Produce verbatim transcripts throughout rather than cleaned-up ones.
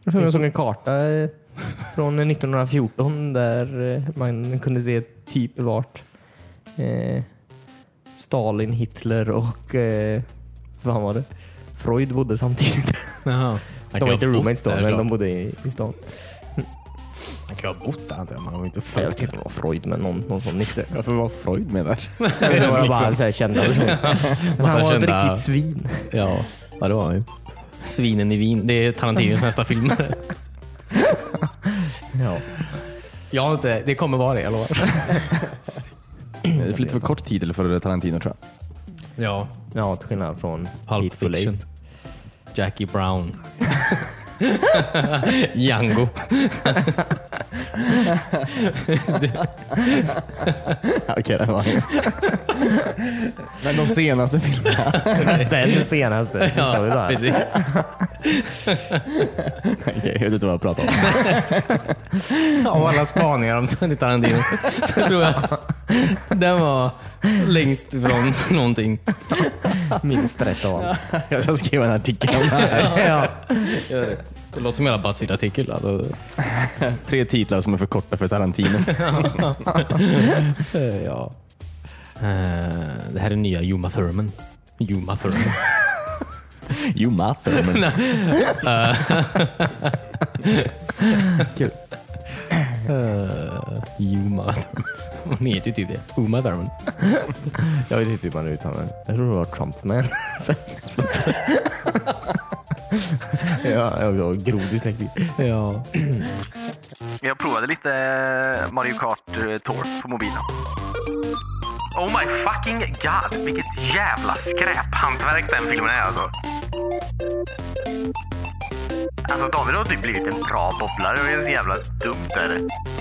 Jag såg en karta från nittonhundrafjorton där man kunde se typ vart eh, Stalin, Hitler och eh, vad fan var det? Freud bodde samtidigt. Jaha. De var inte roommates då, men de bodde i, i stan. Han kan ha bott där, inte? Man var inte Jag vet inte om det var Freud, men någon, någon sån nisse. Varför var Freud med där? Det var bara så här kända personer. Men han var ett kända- riktigt svin. Ja, vad det var ju. Svinen i Wien. Det är Tarantinos nästa film. Ja. Jag har inte, det kommer vara det, jag lovar. Det är lite för kort titel för Tarantino, tror jag. Ja, Ja, till skillnad från Pulp Hateful Fiction. Eight. Jackie Brown. Django. Okej, det var inget. Men de senaste filmerna. Den senaste. Ja, vi där. precis. Okej, jag vet inte vad jag pratar om. Av alla spaningar om Quentin Tarantino så tror jag den var längst ifrån någonting. Minst rätt av allt. Jag ska skriva en artikel om det här. Ja. Gör det. Det låter som en BuzzFeed-artikel. Alltså. Tre titlar som är för korta för Tarantino. Ja. Uh, det här är nya Uma Thurman. Uma Thurman. Uma Thurman. Kul. Uh, Uma Thurman. Hon heter ju typ det. Uma Thurman. Jag vet inte hur man uttalar den. Jag tror det var Trumpman. Ja, jag var grov dyslektik. Ja. Jag provade lite Mario Kart Tour på mobilen. Oh my fucking god, vilket jävla skräphantverk den filmen är alltså. Alltså David har typ blivit en bra bobblare och det är så jävla dumt där.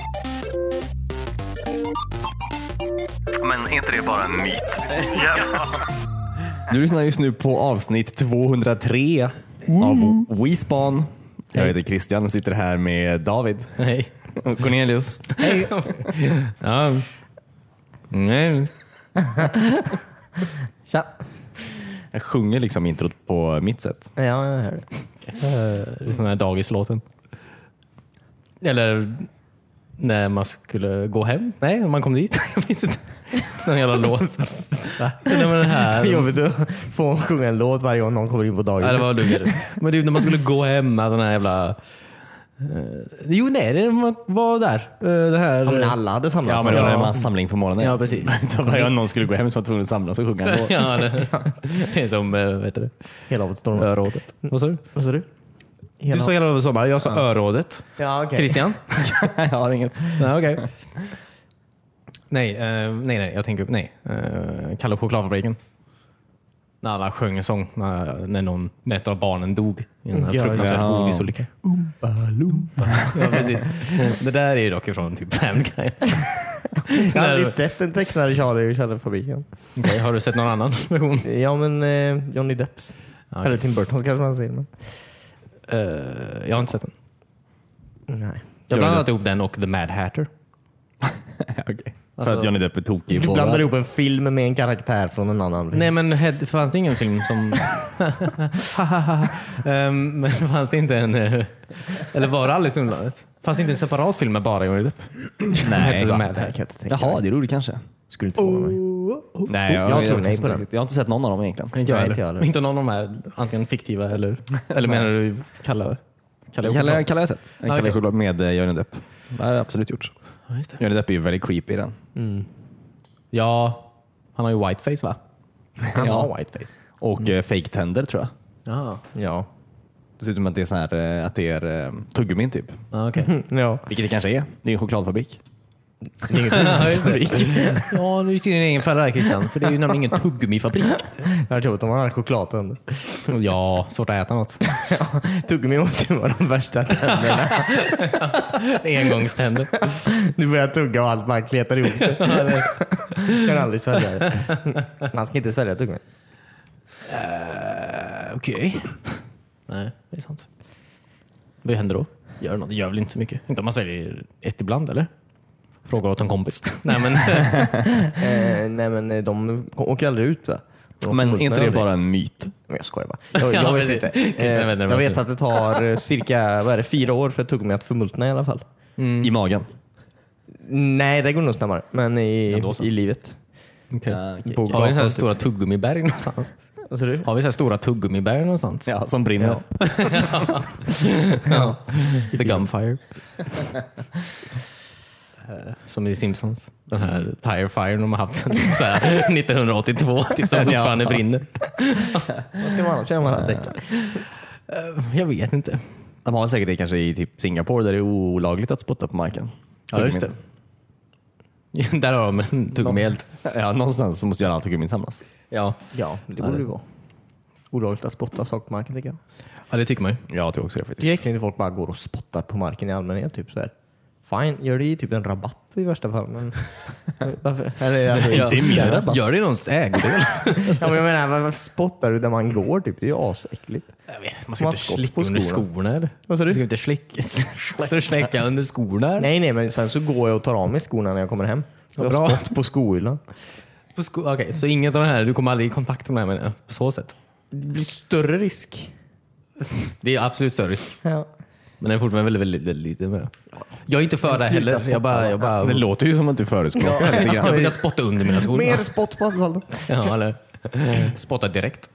Men är inte det bara en myt? Ja. Du lyssnar just nu på avsnitt tvåhundratre av WeSpawn. Jag heter Christian och sitter här med David. Hej. Och Cornelius. Hej. Ja. Nej. Tja. Jag sjunger liksom introt på mitt sätt. Ja, jag hör det. Det är sån här dagislåten. Eller när man skulle gå hem. Nej, när man kom dit. Jag minns inte. Någon jävla låt. Va? Det var den här. Jobbigt att få sjunga en låt varje gång någon kommer in på dagen. Ja, det var du. Men det, när man skulle gå hem med sån här jävla... Uh, jo, nej, det var där. Uh, det här, Ja, men alla hade samlats. Ja, men det var ja. en massa samling på morgonen. Ja, precis. Så varje gång någon skulle gå hem så var tvungen att samlas och sjunga en låt. Ja, det, det är som, uh, vet du, Hela av ett storm. örådet. Vad sa du? Vad sa du? Du sa hela över sommar. Jag sa ja. Örådet. Ja, okej. Christian? Jag har inget. Ja, okej. Okay. Nej, uh, nej, nej, jag tänker nej. Uh, Kalle och chokladfabriken. När alla sjöng en sång när, när någon när ett av barnen dog i en Ja, fruktansvärd ja. godisolycka. Oompa loompa. Ja, precis. Det där är ju dock ifrån typ Family Guy. Jag har aldrig sett en tecknare Charlie i Källarfabriken. Okay, har du sett någon annan version? Ja, men eh, Johnny Depps. Okay. Eller Tim Burton kanske man säger. Men... Uh, jag har inte sett den. Nej. Jag blandade ihop den och The Mad Hatter. Okay. För Alltså, att Johnny Depp är tokig Du på blandar det. ihop en film med en karaktär från en annan film. Nej, men det fanns det ingen film som... um, men fanns det inte en... Uh, eller var det Alice i Underlandet? Fanns det inte en separat film med bara Johnny Depp? Nej, The va? Mad Nej, Hatter. kan jag inte tänka Jaha, mig. det är roligt kanske. Skulle inte förvåna mig. Nej, jag, jag tror jag, nej jag, på jag, den. jag har inte sett någon av dem egentligen. Inte jag Nej, heller. inte jag heller. Inte någon av de här antingen fiktiva eller... Eller menar du Kalle? Kalle och Kalle, choklad? Kalle har jag sett. Ah, Kalle okej. choklad med eh, Johnny Depp. Det har jag absolut gjort. Ja, just det. Johnny Depp är ju väldigt creepy i den. Mm. Ja, han har ju whiteface va? Han Ja. har whiteface. Och mm. fake tänder tror jag. Ja, Ja. Det ser ut som att det är, så här, eh, att det är eh, tuggummin typ. ah, okej. Ja. Vilket det kanske är. Det är en chokladfabrik. Ja, just det. Ja, nu är din egen färra Christian. För det är ju nämligen ingen tuggummifabrik. Jag tror att de har choklad under. Ja, svårt att äta något. Tuggummi måste ju vara de värsta tänderna. Engångständer. Du börjar tugga och allt bara kletar ihop sig. Kan aldrig svälja det. Man ska inte svälja tuggummi. Uh, Okej. Okay. Nej, det är sant. Vad händer då? Gör något? Det gör väl inte så mycket. Inte om man sväljer ett ibland, eller? Frågar åt en kompis. Nej, men... eh, nej men de åker aldrig ut va? Men är inte det bara en myt? Men jag skojar bara. Jag, jag Ja, vet precis. inte. Christian Eh, vet inte jag vad vet jag att det tar eh, cirka vad är det, fyra år för ett tuggummi att förmultna i alla fall. I magen? Nej, det går nog snabbare. Men i, Ja, då så. i livet. Okay. Ja, okej. På Har vi så gatan, här typ. stora tuggummiberg någonstans? Vad sa du? Har vi så här stora tuggummiberg någonstans? Ja, som brinner. Ja. The Gunfire. Eh, Som i Simpsons. Den här Tire Fire de har haft sedan typ så här nittonhundraåttiotvå. Typ som fortfarande brinner. Vad ska man annars göra med alla däck? Eh, Jag vet inte. De har säkert det kanske i typ Singapore där det är olagligt att spotta på marken. Ja, just det. Där har de en tuggummi helt. Ja, någonstans så måste ju alla tuggummin samlas. Ja. Ja, det borde det vara. Olagligt att spotta saker på marken tycker jag. Ja, det tycker man ju. Jag tror också det Det är faktiskt. äckligt när folk bara går och spottar på marken i allmänhet. Typ så här. Fine, gör det i typ en rabatt i värsta fall. Men varför? Eller, alltså, Ja. inte i min rabatt. Gör det i någons ägodel? Ja, men jag menar, varför spottar du där man går? Typ? Det är ju asäckligt. Jag vet, man ska Man inte skott slicka på under skorna. skorna eller? Vad sa du? Du ska inte slicka, så släcka under skorna eller? Nej, nej, men sen så går jag och tar av mig skorna när jag kommer hem. Jag Vad har bra. spott på skohyllan. På sko- Okej, så inget av det här, du kommer aldrig i kontakt med det här på så sätt? Det blir större risk. Det är absolut större risk. Ja. Men den är fortfarande väldigt, väldigt, väldigt lite med. Jag är inte för Men det sluta heller. spotta Jag bara, då. jag bara, Det låter ju som att du förespråkar det lite jag grann. brukar spotta under mina skor. Mer spott på asfalten. Ja, eller spotta direkt.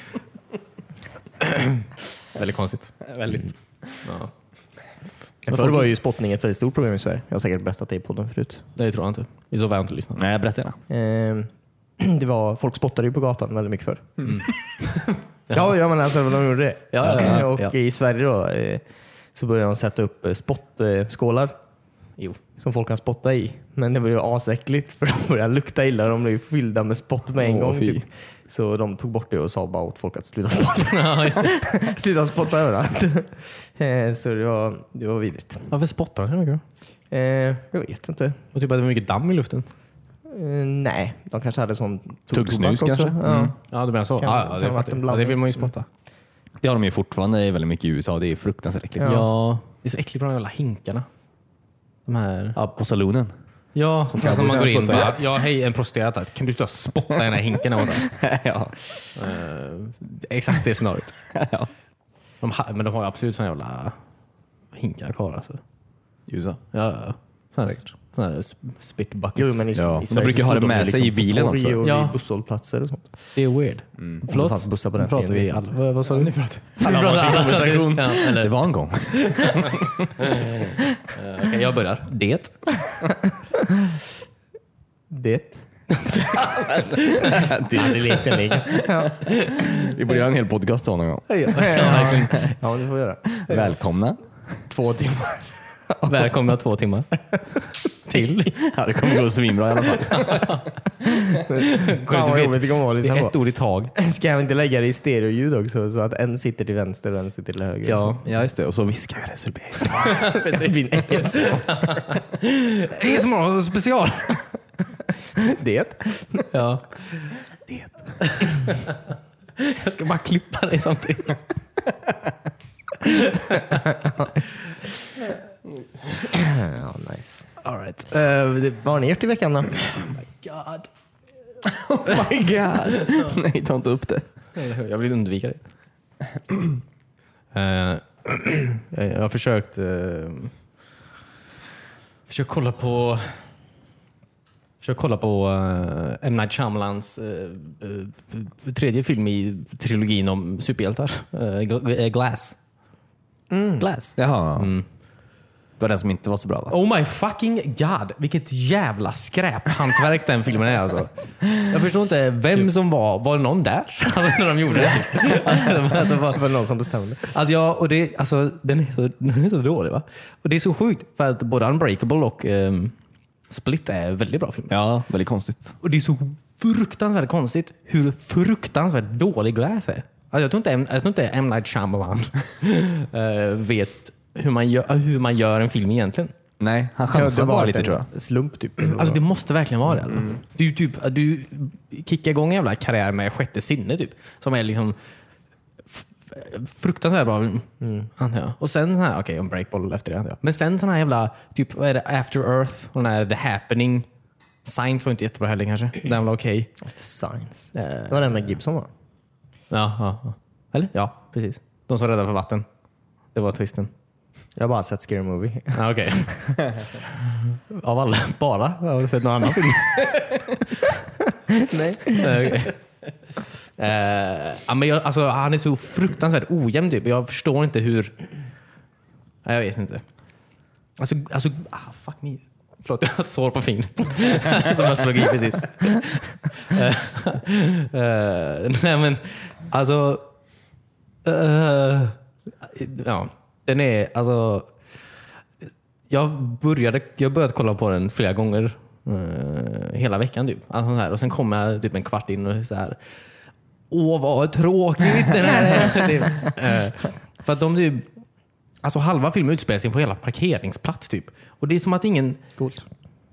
Väldigt konstigt. Väldigt. Ja. Förr var ju spottning ett väldigt stort problem i Sverige. Jag har säkert berättat det i podden förut. Det tror jag inte. I så fall har jag inte lyssnat. Nej, berätta gärna. Ehm, det var, folk spottade ju på gatan väldigt mycket förr. ja, ja, men alltså de gjorde det. Ja, ja, ja. Och Ja. i Sverige då eh, så började de sätta upp eh, spottskålar Jo. som folk kan spotta i. Men det var ju asäckligt för de började lukta illa. De blev ju fyllda med spott med en Åh, gång. fy. Typ. Så de tog bort det och sa bara åt folk att sluta spotta. Ja, just det. sluta spotta överallt. Eh, så det var, det var vidrigt. Varför spottar de så mycket då? Eh, jag vet inte. Och typ att det var mycket damm i luften. Eh, nej, de kanske hade sån Tuggsnus tobak också. kanske? Ja. Mm. Ja, du menar så? Kan- Ja, ja, kan det, ha varit fattar en jag. Ja, blandning. det vill man ju spotta. Det har de ju fortfarande väldigt mycket i U S A. Det är fruktansvärt äckligt. Ja. Ja. Det är så äckligt på de jävla hinkarna. De här... Ja, på salonen. Ja, som kan man man går in spotta i. bara, ja hej en prostituerad, kan du sluta spotta i den här hinken? här borta?" ja. Eh, exakt det scenariot. ja. De ha, men de har ju absolut såna jävla hinkar kvar alltså. I U S A. Ja, ja. Såna här- såna här sp- spit buckets. Jo, men i, Ja, i de brukar ha det med sig i bilen på torg också. och Ja. vid busshållplatser och sånt. Det är weird. Det Förlåt? fanns bussar på den Nu pratar tiden, vi liksom. alla. Vad, vad sa du? Nu pratar Alla var sin konversation. Ja, eller, Det var en gång. eh, okej, jag börjar. Det. Det. det är lite lika. Vi borde göra en hel podcast så någon gång. Ja, ja, ja, det får vi göra. Välkomna. Två timmar. Välkomna två timmar. Till. Ja, det kommer gå svinbra i alla fall. Fan vad jobbigt det kommer vara att Det lyssna är ett på. ord i taget. Ska jag inte lägga det i stereoljud också så att en sitter till vänster och en sitter till höger? Ja. Ja, just det. Och så viskar vi det så det blir Precis. A S M R special. Det. Ja. Det. Jag ska bara klippa dig samtidigt. Ja, nice. All right. Uh, det, Vad har ni gjort i veckan då? God. Oh my god. Nej, ta inte upp det. Jag vill undvika det. uh, jag, jag har försökt uh, försökt kolla på försökt kolla på uh, M. Night Shyamalans uh, uh, tredje film i trilogin om superhjältar. Uh, Gl- Glass. Glass. Jaha. Mm. Det var den som inte var så bra va? Oh my fucking god, vilket jävla skräphantverk den filmen är alltså. Jag förstår inte vem som var, var det någon där? Alltså när de gjorde det. Alltså, Det vad- var någon som bestämde. alltså, ja, och det, alltså den är, så, den är så dålig va? Och det är så sjukt för att både Unbreakable och ehm, Split är väldigt bra filmer. Ja, väldigt konstigt. Och det är så fruktansvärt konstigt hur fruktansvärt dålig Glass är. Alltså, jag tror inte, jag tror inte M. Night Shyamalan eh, vet hur man, gör, hur man gör en film egentligen. Nej, han Ja, chansar bara var lite en tror jag. Slump typ. Alltså det måste verkligen vara det. Alltså. Du, typ, du kickar igång en jävla karriär med Sjätte sinne typ. Som är liksom f- fruktansvärt bra. Mm. Antar jag. Och sen sån här, okej, okay, Unbreakable efter det antar jag. Men sen sån här jävla, typ vad är det, After Earth och den här The Happening. Science var inte jättebra heller kanske. Den var okej. Okay. Just det, Science. Det var den med Gibson, va? Ja, ja, ja. Eller? Ja, precis. De som räddade för vatten. Det var twisten. Jag har bara sett Scary Movie. Ja, okej. Okay. Av alla? Bara? Jag har sett någon annan film. Nej. Okay. Uh, ja, men jag, alltså, han är så fruktansvärt ojämn typ. Jag förstår inte hur... Ja, jag vet inte. Alltså, alltså ah, fuck me. Förlåt, jag har ett sår på fingret. Som jag slog i precis. uh, uh, nej men, alltså... Uh, ja, den är... Alltså, jag började jag började kolla på den flera gånger. Uh, hela veckan typ. Alltså, så här, och sen kom jag typ en kvart in och så här... Åh, vad tråkigt den här typ. uh, För att de typ... Alltså halva filmen utspelar sig på hela parkeringsplats typ. Och det är som att ingen... Coolt.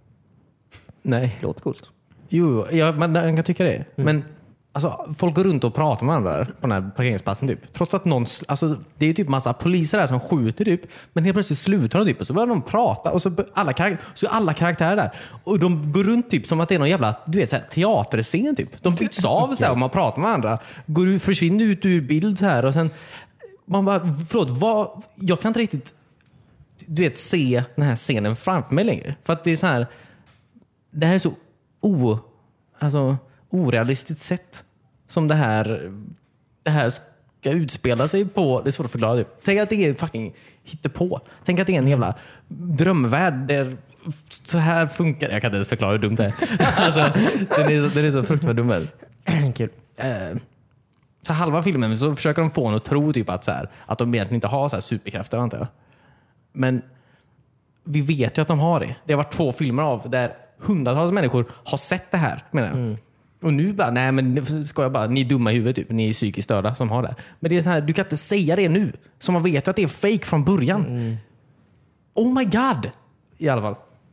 Nej. Låter coolt. Jo, ja, man, man kan tycka det. Mm. Men alltså, folk går runt och pratar med varandra på den här parkeringsplatsen typ. Trots att någon... Alltså, det är typ massa poliser där som skjuter typ. Men helt plötsligt slutar de typ. Och så börjar de prata. Och så alla, karak- så är alla karaktärer där. Och de går runt typ som att det är någon jävla du vet, så här, teaterscen typ. De byts av så här, och man pratar med varandra. Går, försvinner ut ur bild så här. Och sen... Man bara, förlåt, vad, jag kan inte riktigt du vet, se den här scenen framför mig längre. För att det är så här, det här är så o, alltså, orealistiskt sätt som det här, det här ska utspela sig på. Det är svårt att förklara. Typ. Tänk att det är fucking hittepå. Tänk att det är en jävla drömvärld där så här funkar. Jag kan inte ens förklara hur dumt det är. Alltså, den är, den är så fruktansvärt dum. Kul. Uh, Så halva filmen så försöker de få en att tro typ att, så här, att de egentligen inte har så här superkrafter, antar jag. Men vi vet ju att de har det. Det har varit två filmer av där hundratals människor har sett det här, menar jag. Mm. Och nu bara, nej men ska jag bara, ni är dumma i huvudet typ, ni är psykiskt störda som har det. Men det är så här, du kan inte säga det nu. Så man vet ju att det är fake från början. Mm. Oh my god! I alla fall.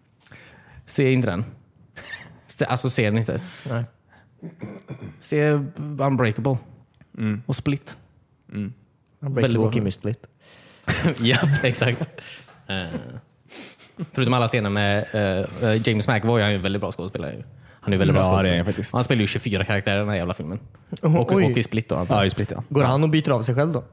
Se inte den. Alltså se den inte. Nej. Se Unbreakable. Mm. Och Split. Mm. Unbreakable Kimmy Split. Ja, exakt. Uh, förutom alla scener med uh, James McAvoy, han är ju en väldigt bra skådespelare. Han är väldigt bra ja, skådespelare. det är faktiskt. Han spelar ju tjugofyra karaktärer i den här jävla filmen. Oh, och, och i Split då. Ja, i Split, ja. Går ja. han och byter av sig själv då?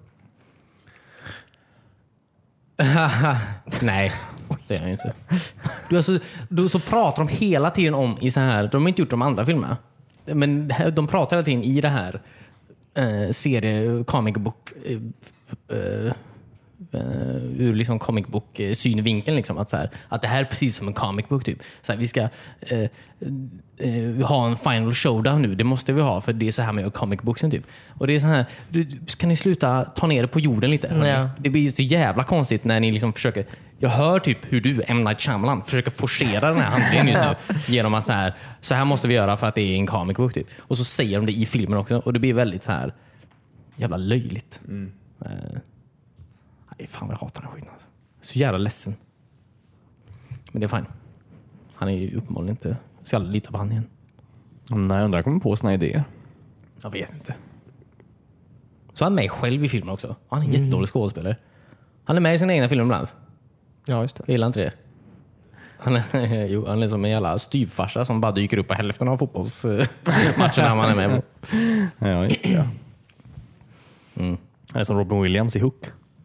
Nej, det är han ju inte. Du, alltså, du, så pratar de hela tiden om i så här, de har inte gjort de andra filmerna. Men de pratar hela tiden i det här Uh, serie, comic book uh, uh, uh, ur liksom comic book uh, synvinkeln liksom, att, så här, att det här är precis som en comic book typ. Så här, vi ska uh, uh, ha en final showdown nu, det måste vi ha för det är så här med comic booksen typ. Och det är så här, du, kan ni sluta ta ner det på jorden lite? Ja. Det blir så jävla konstigt när ni liksom försöker. Jag hör typ hur du, M. Night Shyamalan, försöker forcera den här handlingen just nu genom att så här, så här måste vi göra för att det är en comic book typ. Och så säger de det i filmen också och det blir väldigt så här jävla löjligt. Mm. Uh, nej, fan vad jag hatar den här skiten. Alltså. Så jävla ledsen. Men det är fine. Han är ju uppenbarligen inte, ska aldrig lita på han igen. Nej, jag undrar jag kommer på såna idéer. Jag vet inte. Så han är med själv i filmen också. Han är en mm. jättedålig skådespelare. Han är med i sina egna filmer ibland. Ja, just det. Jag gillar inte det. Han är, jo, han är som en jävla styvfarsa som bara dyker upp på hälften av fotbollsmatcherna man är med på. Ja, just det. Ja. Mm. Han är som Robin Williams i Hook.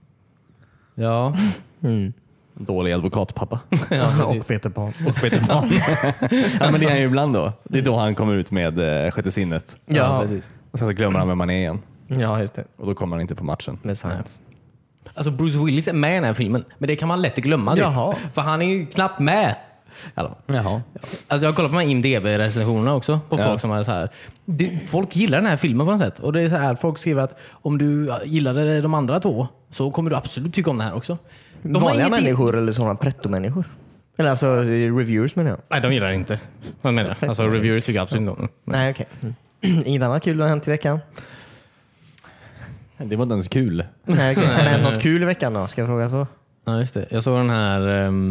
Ja. Mm. Dålig advokatpappa. Ja, och Peter Pan. Och Peter Pan. Ja, men det är han ju ibland då. Det är då han kommer ut med äh, sjätte sinnet. Ja, ja, precis. Och sen så glömmer han vem man är igen. Ja, just det. Och då kommer han inte på matchen. Med science. Alltså Bruce Willis är med i den här filmen, men det kan man lätt glömma. Jaha. För han är ju knappt med. Alltså, Jaha. alltså jag har kollat på de här I M D B-recensionerna också på ja. folk som är så här. Det, folk gillar den här filmen på något sätt. Och det är så här, folk skriver att om du gillade de andra två så kommer du absolut tycka om den här också. De vanliga människor eller sådana pretto-människor? Eller alltså reviewers menar jag. Nej, de gillar det inte. Vad menar jag? Alltså reviewers tycker jag absolut inte om. Nej, okej. Okay. Mm. Inget annat kul har hänt i veckan? Det var inte ens kul. Nej, okay. Har det hänt något kul i veckan då? Ska jag fråga så? Ja, just det. Jag såg den här...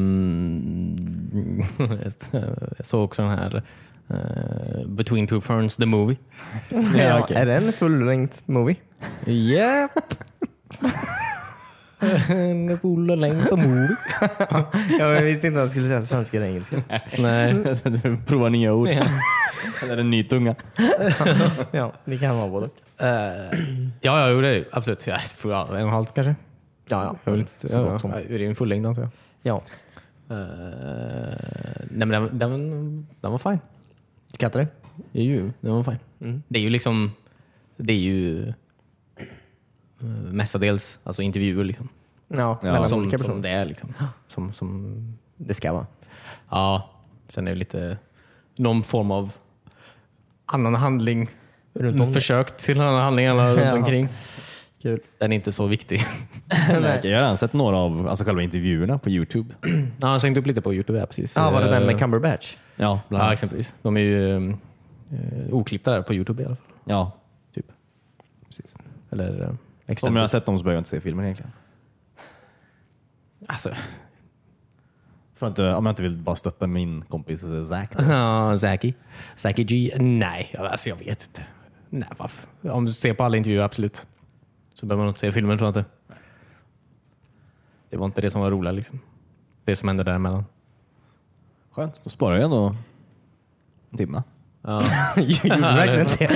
Um, jag såg också den här uh, Between Two Ferns, the movie. Ja, okay. Är det en fulllängd movie? Yep. En full längd på mord. Jag visste inte att jag skulle säga svenska eller engelska. Nej. Prova nya ord. Ja. Eller en ny tunga. Ja, det kan vara både. Uh, ja, ja, jo, det är det. Absolut. Ja, för, ja, en och en halv kanske. Ja, ja. Jag vill inte, Så ja, gott ja. som. Ja, det är en full längd antar jag. Ja. Uh, nej men den, den, den var fin. Skattar det? Det är ju, den var fin. Mm. Det är ju liksom, det är ju uh, mestadels alltså intervjuer liksom. Ja, Ja, mellan som, olika som personer. det är liksom. Som, som, Det ska vara. ja, sen är det lite någon form av annan handling. Runt om det. Försök till en annan handling eller runt Ja. omkring. Kul. Den är inte så viktig. Nej. Jag har redan sett några av alltså, själva intervjuerna på YouTube. Ja, han har slängt upp lite på YouTube här precis. Ja, var det den Eh, med Cumberbatch? Ja, bland Ja, annat. exempelvis. De är ju eh, oklippta där på YouTube i alla fall. Ja, Typ. precis. Eller eh, Om jag extended. har sett dem så behöver jag inte se filmen egentligen. Alltså, För att, inte- om jag inte vill bara stötta min kompis Zack. ja, Zaki. Zaki G. Nej, alltså jag vet inte. Nej, varför? Om du ser på alla intervjuer, absolut. Så behöver man inte se filmen, tror jag inte. Det var inte det som var roligt liksom. Det som hände däremellan. Skönt, då sparar jag ändå en timme. Ja. Gjorde du verkligen det?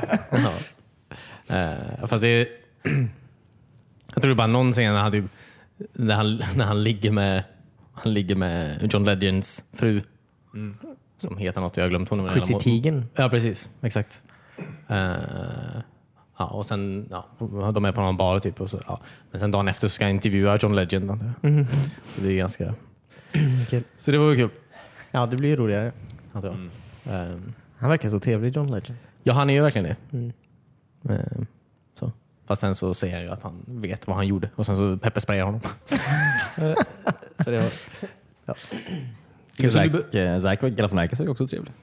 Ja. Uh, fast det är, jag tror det bara någon scen när han, typ, när han, när han ligger med han ligger med John Legends fru som heter något, jag har glömt honom. Chrissy Teigen. Ja, precis. Exakt. Uh, ja, och sen ja, de är på någon bar typ. Och så, ja. Men sen dagen efter så ska jag intervjua John Legend. Mm. Så det är ganska... Kul. Så det var ju kul. Ja, det blir ju roligare. Alltså, mm. um, Han verkar så trevlig, John Legend. ja, han är ju verkligen det. Mm. Um, så. Fast sen så säger jag ju att han vet vad han gjorde. Och sen så peppersprayar honom. Så det var... Ja. Zack, eh, Zack Galifianakis var ju också trevlig.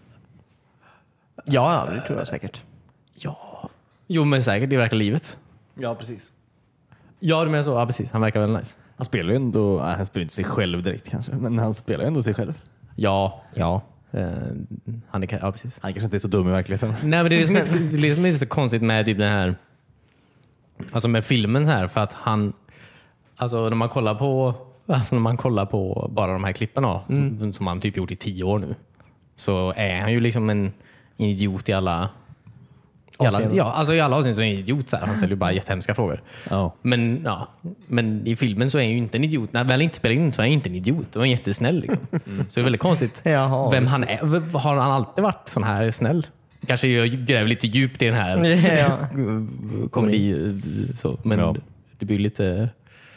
Ja, det tror jag säkert. Ja. Jo, men säkert. Det verkar livet. Ja, precis. Ja, du menar så. Ja, precis. Han verkar väl nice. Han spelar ju ändå, nej, han spelar inte sig själv direkt kanske, men han spelar ju ändå sig själv. Ja. Ja. Uh, han är... Ja, precis. Han kanske inte är så dum i verkligheten. Nej, men det är liksom inte, det är liksom inte så konstigt med typ den här... Alltså med filmen så här, för att han... Alltså när man kollar på... Alltså när man kollar på bara de här klippen då, mm. som han typ gjort i tio år nu, så är han ju liksom en idiot i alla... I alla ja, alltså i alla avseenden så är han en idiot. Så här. Han ställer ju bara jättehemska frågor. Oh. Men, ja, men i filmen så är han ju inte en idiot. När väl inte spelar in så är han inte en idiot. Han är jättesnäll. Liksom. Mm. Så det är väldigt konstigt. Jaha, vem han är. Har han alltid varit sån här snäll? Kanske jag gräver lite djupt i den här Ja. komedi. Så. Men Ja. det blir lite,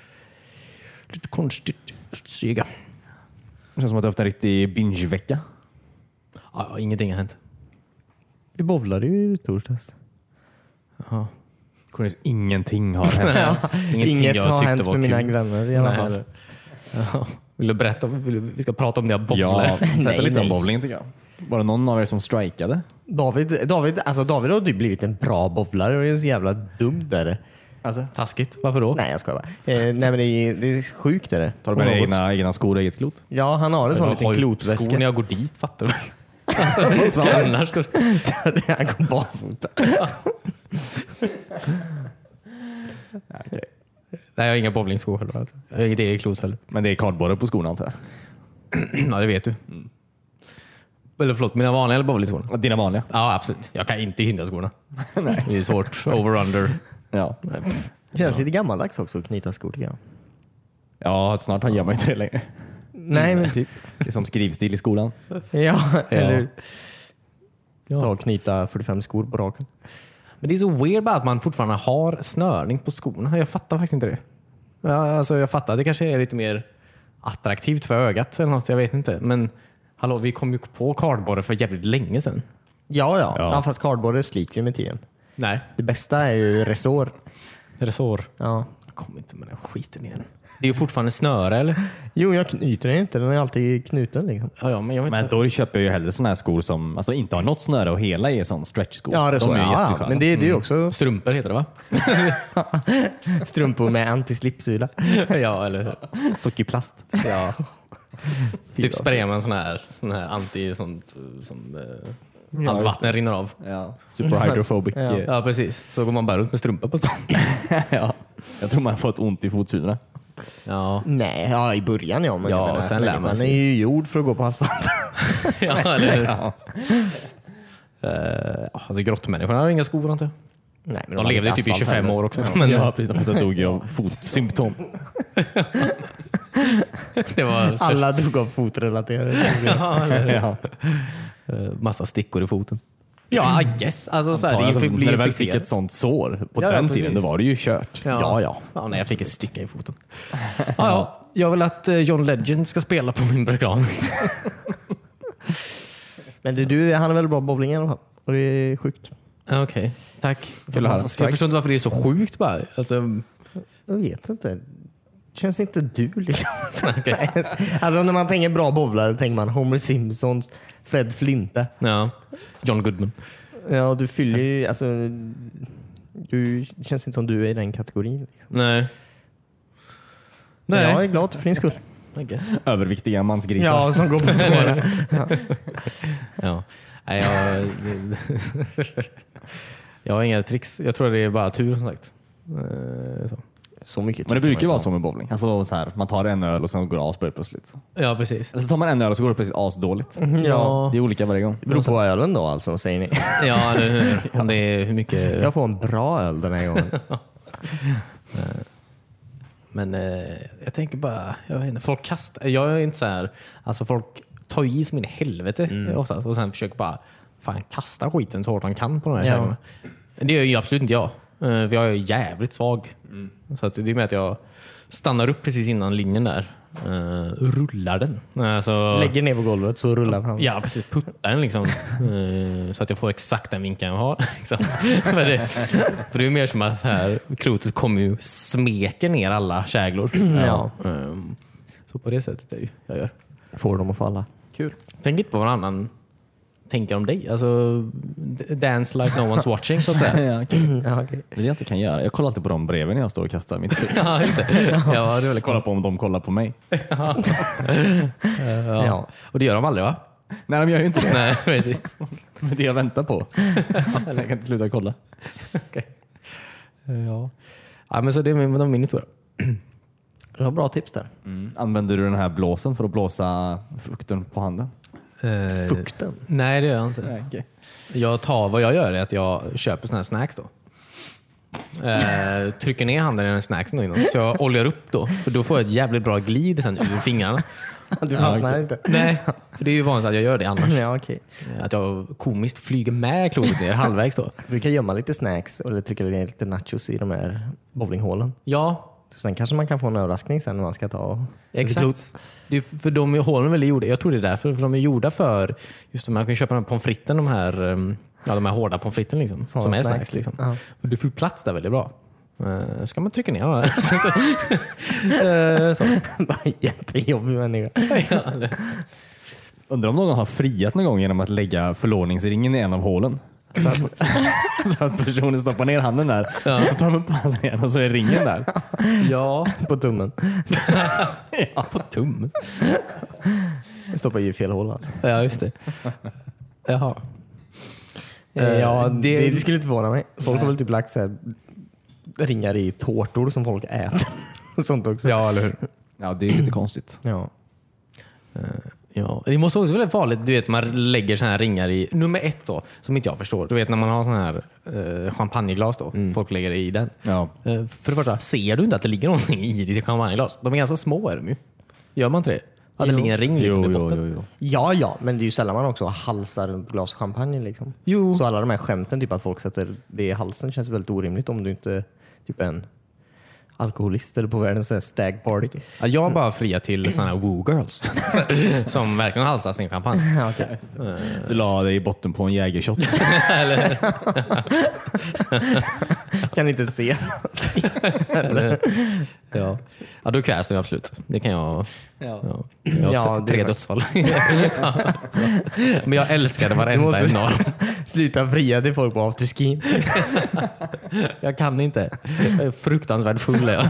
lite konstigt. Syga. Det känns som att du har haft en riktig binge-vecka. Ja, ingenting har hänt. Vi bowlade ju i torsdags. Ja. Cornelius, ingenting har hänt. Ja, Ingenting inget jag har tyckte hänt var med kul. mina vänner i alla Nej, fall. eller- Ja. Vill du berätta? Vill du, vi ska prata om det här bowlar. Ja, berätta Nej, lite om nej. bowling tycker jag. Var det någon av er som strikade? David, David, alltså David har ju blivit en bra bowlare och är så jävla dum där. Alltså, Taskigt. Varför då? Nej, jag skojar bara. Eh, nej, men det är, det är sjukt. Är det. tar du med Om dig något. egna, egna skor och eget klot? Ja, han har en sån Jag liten har ju klotväska. skor när jag går dit, fattar du? Så- Skrällar skor. Han går barfota. Nej, jag har inga bowlingskor heller. Alltså. Jag har inget eget klot heller. Men det är kardborre på skorna antar jag. Ja, det vet du. Mm. Eller förlåt, mina vanliga eller bowlingskorna? Dina vanliga? Ja, absolut. Jag kan inte hindra skorna. Det är svårt. Over-under. Ja. Det känns lite gammaldags också att knyta skor tycker jag. Ja, snart gör man ju inte det längre. Nej, men typ. Det är som skrivstil i skolan. Ja, eller Ja. ta och knyta fyrtiofem skor på raken. Men det är så weird bara att man fortfarande har snörning på skorna. Jag fattar faktiskt inte det. Ja, alltså, jag fattar. Det kanske är lite mer attraktivt för ögat eller något. Jag vet inte. Men hallå, vi kom ju på kardborre för jävligt länge sedan. Ja, ja. Ja. ja. Fast kardborre slits ju med tiden. Nej. Det bästa är ju resår. Resår. Ja. Jag kommer inte med den skiten igen. Det är ju fortfarande snöre, eller? Jo, jag knyter den inte. Den är alltid knuten. Liksom. Ja, ja, men jag vet Men inte. då köper jag ju hellre såna här skor som alltså, inte har något snöre och hela är sån stretchskor. Ja, det är så. De är ju Ja, ja. jättesköna. Men det, det är ju också Strumpor heter det, va? strumpor med antislipsula. Ja, eller hur? Sockerplast. Ja. Typ sprayar man sån här, sån här anti sånt som eh, allt vatten rinner av. Ja. Super hydrophobic. Ja. Ja. Ja, precis. Så går man bara runt med strumpor på stan. Ja. Jag tror man har fått ont i fotsulorna. Ja. Nej, ja, i början ja. Men Ja, jag menar, sen lär man människan sig. är ju gjord för att gå på asfalt. Ja, eller hur? Ja. Uh, alltså grottmänniskorna har inga skor antar jag. Nej, men De levde typ i asfalt tjugofem heller. år också. Men ja, precis. Fast jag dog ju av fotsymptom. Det var Alla dog av fotrelaterade. ja, eller hur? Ja. Uh, massa stickor i foten. Ja, I guess. Alltså, så här, det Alltså, blir när du väl fick infekterat. ett sånt sår på Ja, ja, den precis. tiden, då var det ju kört. Ja, ja. Ja, nej, jag fick en sticka i foten. Ja, ja. Jag vill att eh, John Legend ska spela på min begravning. Men det, du, han är väl bra bowling i alla fall. Och det är sjukt. Okej, okay. Tack. Kul att höra. Jag förstår inte varför det är så sjukt bara. Alltså, Jag vet inte. Känns inte du liksom? okay. Alltså när man tänker bra bowlare tänker man Homer Simpsons, Fred Flinte. Ja. John Goodman. Ja, du fyller ju, alltså du det känns inte som du är i den kategorin. Liksom. Nej. Men Nej. jag är glad för din skull. I guess. Överviktiga mansgrisar. Ja, som går på tårna. Ja. Nej, jag, jag har inga tricks. Jag tror det är bara tur som sagt. Eh, Så. Så mycket. Men det brukar ju vara så med bowling. Alltså, så här, man tar en öl och sen går det asbra plötsligt. Ja, precis. Eller så tar man en öl och så går det plötsligt asdåligt. Ja. Det är olika varje gång. Det beror på ölen då alltså, säger ni. Ja, eller hur? Om det är hur mycket... Jag får en bra öl den här gången. Men eh, jag tänker bara, jag vet inte, folk kastar, jag är inte så här, alltså folk tar i som in i helvete mm. oftast och sen försöker bara fan kasta skiten så hårt de kan på de här Ja. kärnorna. Det gör ju absolut inte jag, eh, för jag är jävligt svag. Mm. Så att det är med att jag stannar upp precis innan linjen där, eh, rullar den. Alltså, Lägger ner på golvet så rullar fram. Ja, precis. Puttar den liksom. eh, så att jag får exakt den vinkeln jag har. Liksom. för, det, för det är mer som att här, klotet kommer ju smeker ner alla käglor. Ja. Eh, så på det sättet är det ju jag gör. Får dem att falla. Kul. Tänk inte på vad någon annan tänker om dig. Alltså, dance like no one's watching så att säga. Ja, okay. Ja, okay. Det är det jag inte kan göra. Jag kollar alltid på de breven när jag står och kastar mitt skit. Ja, inte. Ja, det är väl Kolla på om de kollar på mig. ja. Ja. Och det gör de aldrig va? Nej, de gör ju inte det. Nej, precis. Det är det jag väntar på. Så jag kan inte sluta kolla. Okay. Ja. Ja, men så det är min, de min tur. Du har bra tips där. Mm. Använder du den här blåsen för att blåsa fukten på handen? Eh, Fukten. Nej, det gör jag inte. Nej, okay. Jag tar, vad jag gör är att jag köper såna här snacks då. Eh, trycker ner handen i den snacksen då innan. Så jag oljar upp då. För då får jag ett jävligt bra glid sen ur fingrarna. Du fastnar inte. Nej, för det är ju vanligt att jag gör det annars. Ja, okej. Att jag komiskt flyger med klotet ner halvvägs då. Du kan gömma lite snacks eller trycka ner lite nachos i de här bowlinghålen. Ja, Så sen kanske man kan få en överraskning sen när man ska ta exakt. Det är, för de hålen är väl gjorda, jag tror det är därför, för de är gjorda för just de här, man kan köpa de här pommes fritesen, de här, um, ja, de här hårda pommes fritesen liksom, Såna som är snacks, snacks. Liksom. ja. Och du får plats där väldigt bra. Uh, ska man trycka ner dem där? uh, så. Bara jättejobbig människa. Undrar om någon har friat någon gång genom att lägga förlovningsringen i en av hålen. Så att, så att personen stoppar ner handen där och så tar de upp handen igen och så är ringen där. Ja, På tummen. ja, på tummen. Jag stoppar ju i fel hål alltså. Ja, just det. Jaha. Ja, det- det, det skulle inte förvåna mig. Folk har väl typ lagt så här ringar i tårtor som folk äter. Sånt också. Ja, eller hur? Ja, det är lite konstigt. Ja. Ja, det måste också vara väldigt farligt, du vet, man lägger såna här ringar i nummer ett då, som inte jag förstår. Du vet när man har sån här eh, champagneglas då, folk lägger i den. Ja. Eh, för det första, ser du inte att det ligger någonting i ditt champagneglas? De är ganska små är de ju. Gör man inte det? Att det Jo. ligger en ring liksom Jo, i jo, botten. jo, jo. ja, ja, men det är ju sällan man också halsar ett glas champagne liksom. Jo. Så alla de här skämten, typ att folk sätter det i halsen, känns väldigt orimligt om du inte typ är en alkoholist eller på världens så här stag party. Ja, jag har bara fria till såna här woo girls som verkligen halsar sin champagne. Ja, okej. Du la dig i botten på en jägershot. Eller, Kan inte se. eller, ja. Ja, då krävs det ju absolut. Det kan jag. Ja. Ja. Jag har Ja, t- det tre är- dödsfall. Men jag älskade Du varenda måste- en av dem. Sluta fria till folk på afterskin. Jag kan inte. Jag är fruktansvärt full. Är jag.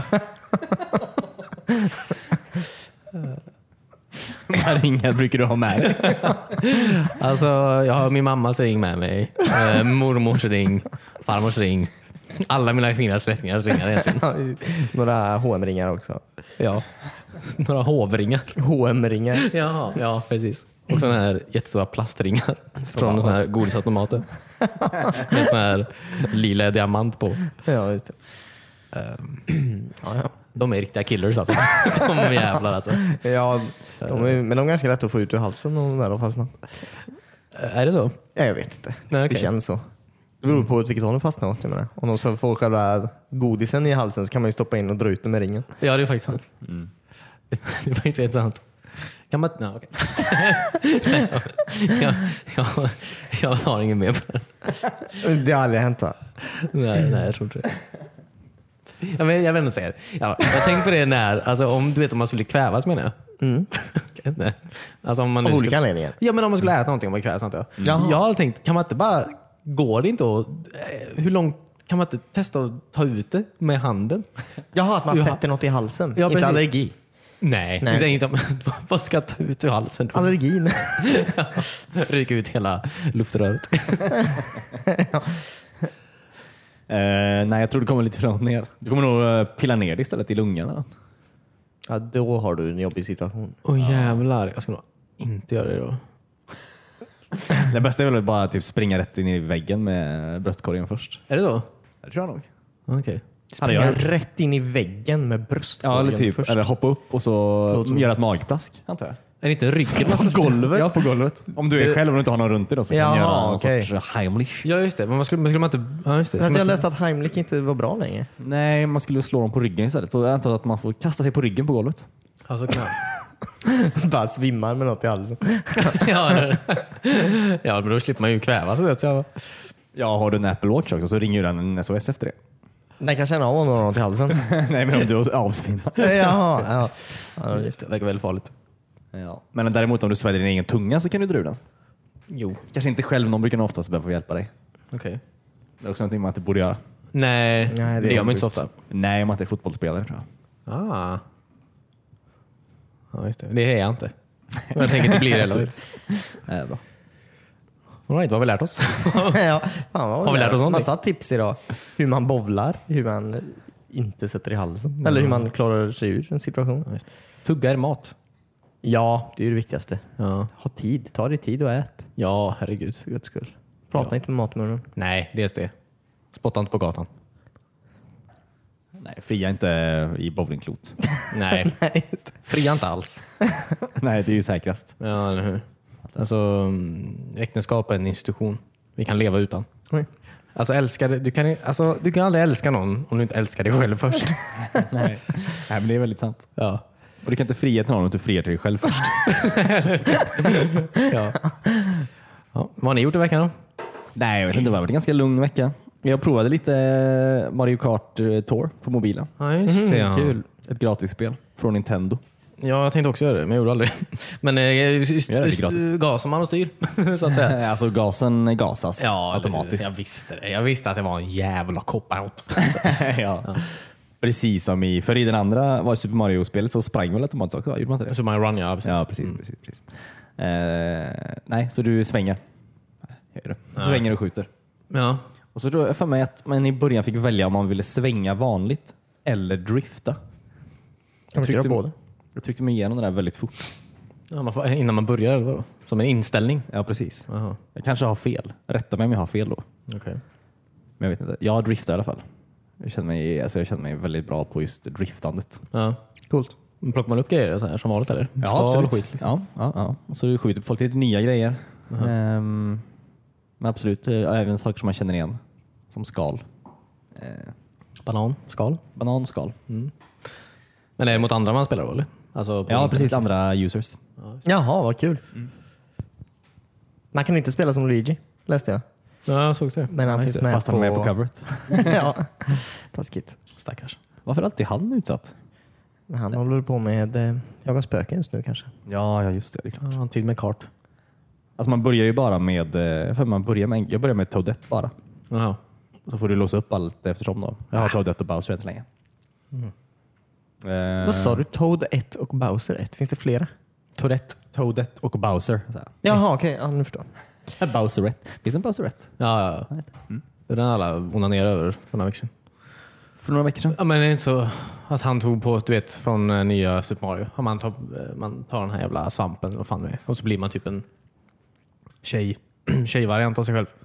Vad ringar brukar du ha med dig? Alltså, jag har min mammas ring med mig. Eh, mormors ring. Farmors ring. Alla mina fina släktingars ringar egentligen. Några H och M-ringar också. Ja. Några hovringar. H och M-ringar. Ja, ja, precis. Och sådana här jättestora plastringar från sådana här godisautomater. Med sån här lila diamant på. Ja, just det. Um, ja, ja. De är riktiga killers alltså. De är jävlar alltså. Ja, de är, men de är ganska lätt att få ut ur halsen om de väl har fastnat. Är det så? Ja, jag vet inte. Nej, okay. Det känns så. Det beror på vilket håll de fastnar åt. Jag menar. Om de så får själva godisen i halsen så kan man ju stoppa in och dra ut den med ringen. Ja, det är faktiskt sant. Mm. Det är faktiskt helt sant. Kan man... Nej, okej. jag, jag, jag har ingen mer på den. Det har aldrig hänt va? Nej, nej, jag tror inte det. Jag vet, jag vet inte säga det. Ja, jag tänkte på det när, alltså om du vet om man skulle kvävas menar jag. Mm. Nej. Alltså om man Av skulle, olika anledningar. Ja, men om man skulle äta någonting om man kvävas antar jag. Mm. Jag har tänkt, kan man inte bara, går det inte att, hur långt kan man inte testa att ta ut det med handen? Jaha, att man Jaha. sätter något i halsen. Ja, inte precis. allergi. Nej, Nej. det är inte, vad ska jag ta ut ur halsen? Allergin. Ryka ut hela luftröret. ja. Uh, nej, jag tror det kommer lite för långt ner. Du kommer nog uh, pilla ner det istället i lungan eller något. Ja, då har du en jobbig situation. Åh oh, jävlar, jag ska nog inte göra det då. Det bästa är väl bara typ springa rätt in i väggen med bröstkorgen först. Är det så? Det tror jag nog. Okej. Okay. Springa rätt in i väggen med bröstkorgen. Ja, eller typ. Först. Eller hoppa upp och så göra ett magplask, antar jag. Är det inte ryggen? På golvet? Ja, på golvet. Om du är det... själv och du inte har någon runt dig då så Jaha, kan du göra någon okay. sorts Heimlich. Ja, just det. Men man skulle, man skulle man inte... Ja, just det. Jag jag läste att Heimlich inte var bra längre. Nej, man skulle slå dem på ryggen istället. Så jag antar att man får kasta sig på ryggen på golvet. Alltså kan bara svimmar med något i halsen. ja, ja, men då slipper man ju kväva sig. Så ja, har du en Apple Watch också så ringer ju den en S O S efter det. Den kan känna av om något i halsen. Nej, men om du är avsvimmad. Jaha, ja. Ja, just det. Det verkar väldigt farligt. Ja. Men däremot om du sväljer din egen tunga så kan du dra ur den. Jo. Kanske inte själv, någon brukar nog oftast behöva få hjälpa dig. Okej. Okay. Det är också någonting man inte borde göra. Nej, Nej det, det gör man inte så ofta. Nej, om man inte är fotbollsspelare tror jag. Ah. Ja, just det. Det är jag inte. Men jag tänker att det blir det. Eller? Nej, bra. All right, vad har vi lärt oss? ja, fan, vad har vi lärt oss någonting? Massa tips idag. Hur man bovlar, hur man inte sätter i halsen. Mm. Eller hur man klarar sig ur en situation. Ja, tugga är mat. Ja, det är det viktigaste. Ja. Ha tid. Ta dig tid och ät. Ja, herregud. För guds skull. Prata ja. inte med matmunnen. Nej, det är det. Spotta inte på gatan. Nej, fria inte i bowlingklot. Nej, Nej just det. Fria inte alls. Nej, det är ju säkrast. Ja, eller hur? Alltså, äktenskap är en institution vi kan leva utan. Nej. Alltså, älska, du, kan, alltså, du kan aldrig älska någon om du inte älskar dig själv först. Nej. Nej, men det är väldigt sant. Ja. Och du kan inte fria till någon om du inte friar till dig själv först. ja. Ja. Vad har ni gjort i veckan då? Nej, jag vet inte. Det var en ganska lugn vecka. Jag provade lite Mario Kart Tour på mobilen. Ja, just det. Ja. Kul. Ett gratisspel från Nintendo. Ja, jag tänkte också göra det, men jag gjorde aldrig. Men eh, just, just, gasar man och styr, så att säga. Alltså gasen gasas ja, automatiskt. Jag visste det. Jag visste att det var en jävla cop-out. ja. ja. Precis som i, för i den andra var Super Mario-spelet så sprang väl automatiskt också, gjorde man inte det? Super Mario Run, ja precis. Ja, precis. Mm. precis, precis. Eh, nej, så du svänger. Gör du. Så svänger och skjuter. Ja. Och så tror jag för mig att man i början fick välja om man ville svänga vanligt eller drifta. Jag tryckte, båda. jag tryckte mig igenom det där väldigt fort. Ja, man får, innan man börjar, eller vad? Som en inställning? Ja, precis. Aha. Jag kanske har fel. Rätta mig om jag har fel då. Okay. Men jag vet inte. Jag driftar i alla fall. Jag känner mig, alltså jag känner mig väldigt bra på just driftandet. Ja. Coolt. Plockar man upp grejer så här, som vanligt eller? Ja, Skal, absolut. skit, liksom. ja, ja, ja. Och så skjuter folk lite nya grejer. Uh-huh. Um, men absolut, även saker som man känner igen. Som skal. Uh, Banan, skal. Banan, skal. Mm. Men är det mot andra man spelar då, eller? Alltså ja, precis. Andra users. Ja, jaha, vad kul. Mm. Man kan inte spela som Luigi, läste jag. Ja, jag såg det. Men han finns med fast han är med på coveret. ja, taskigt. Stackars. Varför är alltid han utsatt? Men han håller på med eh, jaga spöken just nu kanske. Ja, ja just det. Det är klart. Ja, han tid med kart. Alltså man börjar ju bara med, för man börjar med jag börjar med Toadette bara. Jaha. Så får du låsa upp allt eftersom då. Jag har Toadette och Bowser än så länge. Mm. Eh, Vad sa du? Toad ett och Bowser ett? Finns det flera? Toadette. Toadette och Bowser. Jaha, okej. Okay. Ja, nu förstår jag. Bowserette. Finns det en Bowserette? Ja, ja. ja. Mm. Det är den alla onanerar över för några veckor sedan. för några veckor sedan. Ja, men det är inte så att han tog på, du vet, från uh, nya Super Mario. Man tar, uh, man tar den här jävla svampen och fan det är. Och så blir man typ en tjej, tjejvariant av sig själv.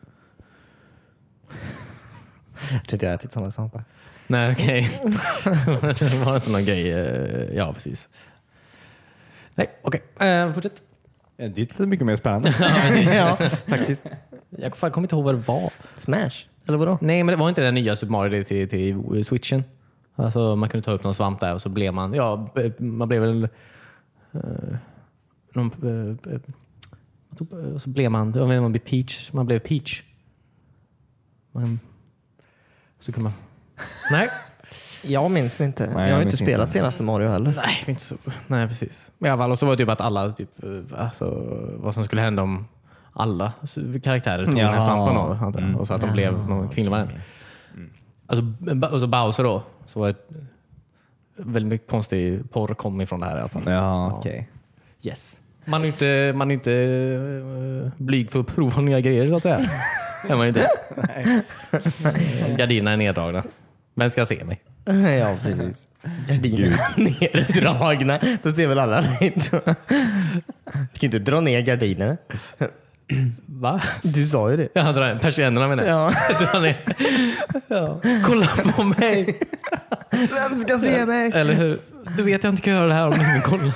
Jag tror inte jag har ätit sådana svampar. Nej, okej. Okay. Det var inte någon grej. Uh, ja, precis. Nej, okej. Okay. Uh, fortsätt. Det är lite mycket mer spännande. Ja, faktiskt. Jag fan, kommer inte ihåg vad det var. Smash? Eller vadå? Nej, men det var inte den nya Super Mario till, till Switchen. Alltså, man kunde ta upp någon svamp där och så blev man, ja, man blev väl uh, någon, uh, uh, och så blev man, jag vet inte, man blev Peach, man blev Peach. Man, så kan man, nej. Jag minns inte. Nej, jag har jag ju inte minns spelat inte. senaste Mario heller. Nej, inte så, nej precis. Men i alla fall, och så var det typ att alla, typ, alltså, vad som skulle hända om alla karaktärer tog Ja. den här svampen av, mm. och så att de blev någon kvinnlig variant. Mm. Alltså, och så Bowser då, så var det väldigt mycket konstig porr kom ifrån det här i alla fall. Ja, okej. Okay. Yes. Man är ju inte, man är inte uh, blyg för att prova nya grejer så att säga. är man inte. Gardinerna är neddragna. Vem ska se mig? Ja, precis. Gardinerna neddragna. Då ser väl alla dig. Du kan ju inte dra ner gardinerna. Va? Du sa ju det. Jag drar persiennerna menar jag. Ja. Drar ner. Ja. Kolla på mig. Vem ska se mig? Eller hur? Du vet jag inte kan göra det här om ingen kollar.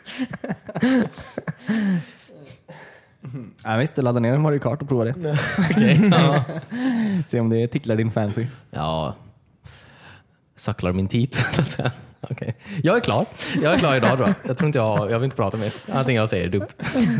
Ja, visst, ladda ner en Mario Kart och prova det. Okay. Ja. Se om det ticklar din fancy. Ja. Sucklar min tit så att säga. Okay. Jag är klar. Jag är klar idag då. Jag tror inte jag, jag vill inte prata mer. Allting jag säger är dumt.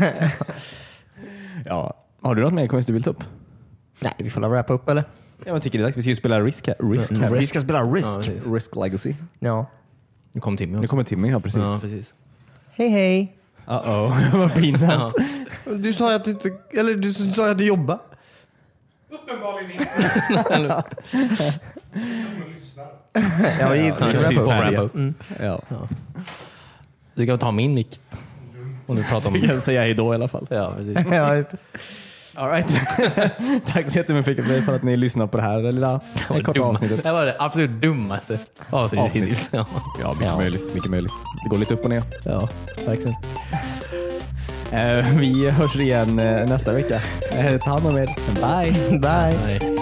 Ja. Har du något mer konstigt du vill ta upp? Nej, vi får wrappa upp eller? Ja, jag tycker det är dags. Vi ska ju spela Risk. Risk, här. Vi ska spela Risk. Ja, Risk Legacy. Ja. Nu kom Timmy också. Nu kommer Timmy, ja precis. Ja, precis. Hej hej. Uh-oh, vad pinsamt. Ja. Du sa att du inte, eller du sa att du jobbar. Uppenbarligen inte. Jag vill inte Ja, wrappa precis, upp. wrappa upp. Mm. Ja. Du kan ta min mick. Och nu pratar Vi om... kan säga hejdå i alla fall. Ja, precis. Ja, just det. All right. Tack så jättemycket för att ni lyssnar på det här lilla det korta Dumma. avsnittet. Det var det absolut dummaste avsnittet Avsnitt. hittills. Ja. Ja, mycket Ja. möjligt. Mycket möjligt. Det går lite upp och ner. ja, verkligen. Eh, vi hörs igen eh, nästa vecka. Eh, ta hand om er. Bye. Bye. Nej.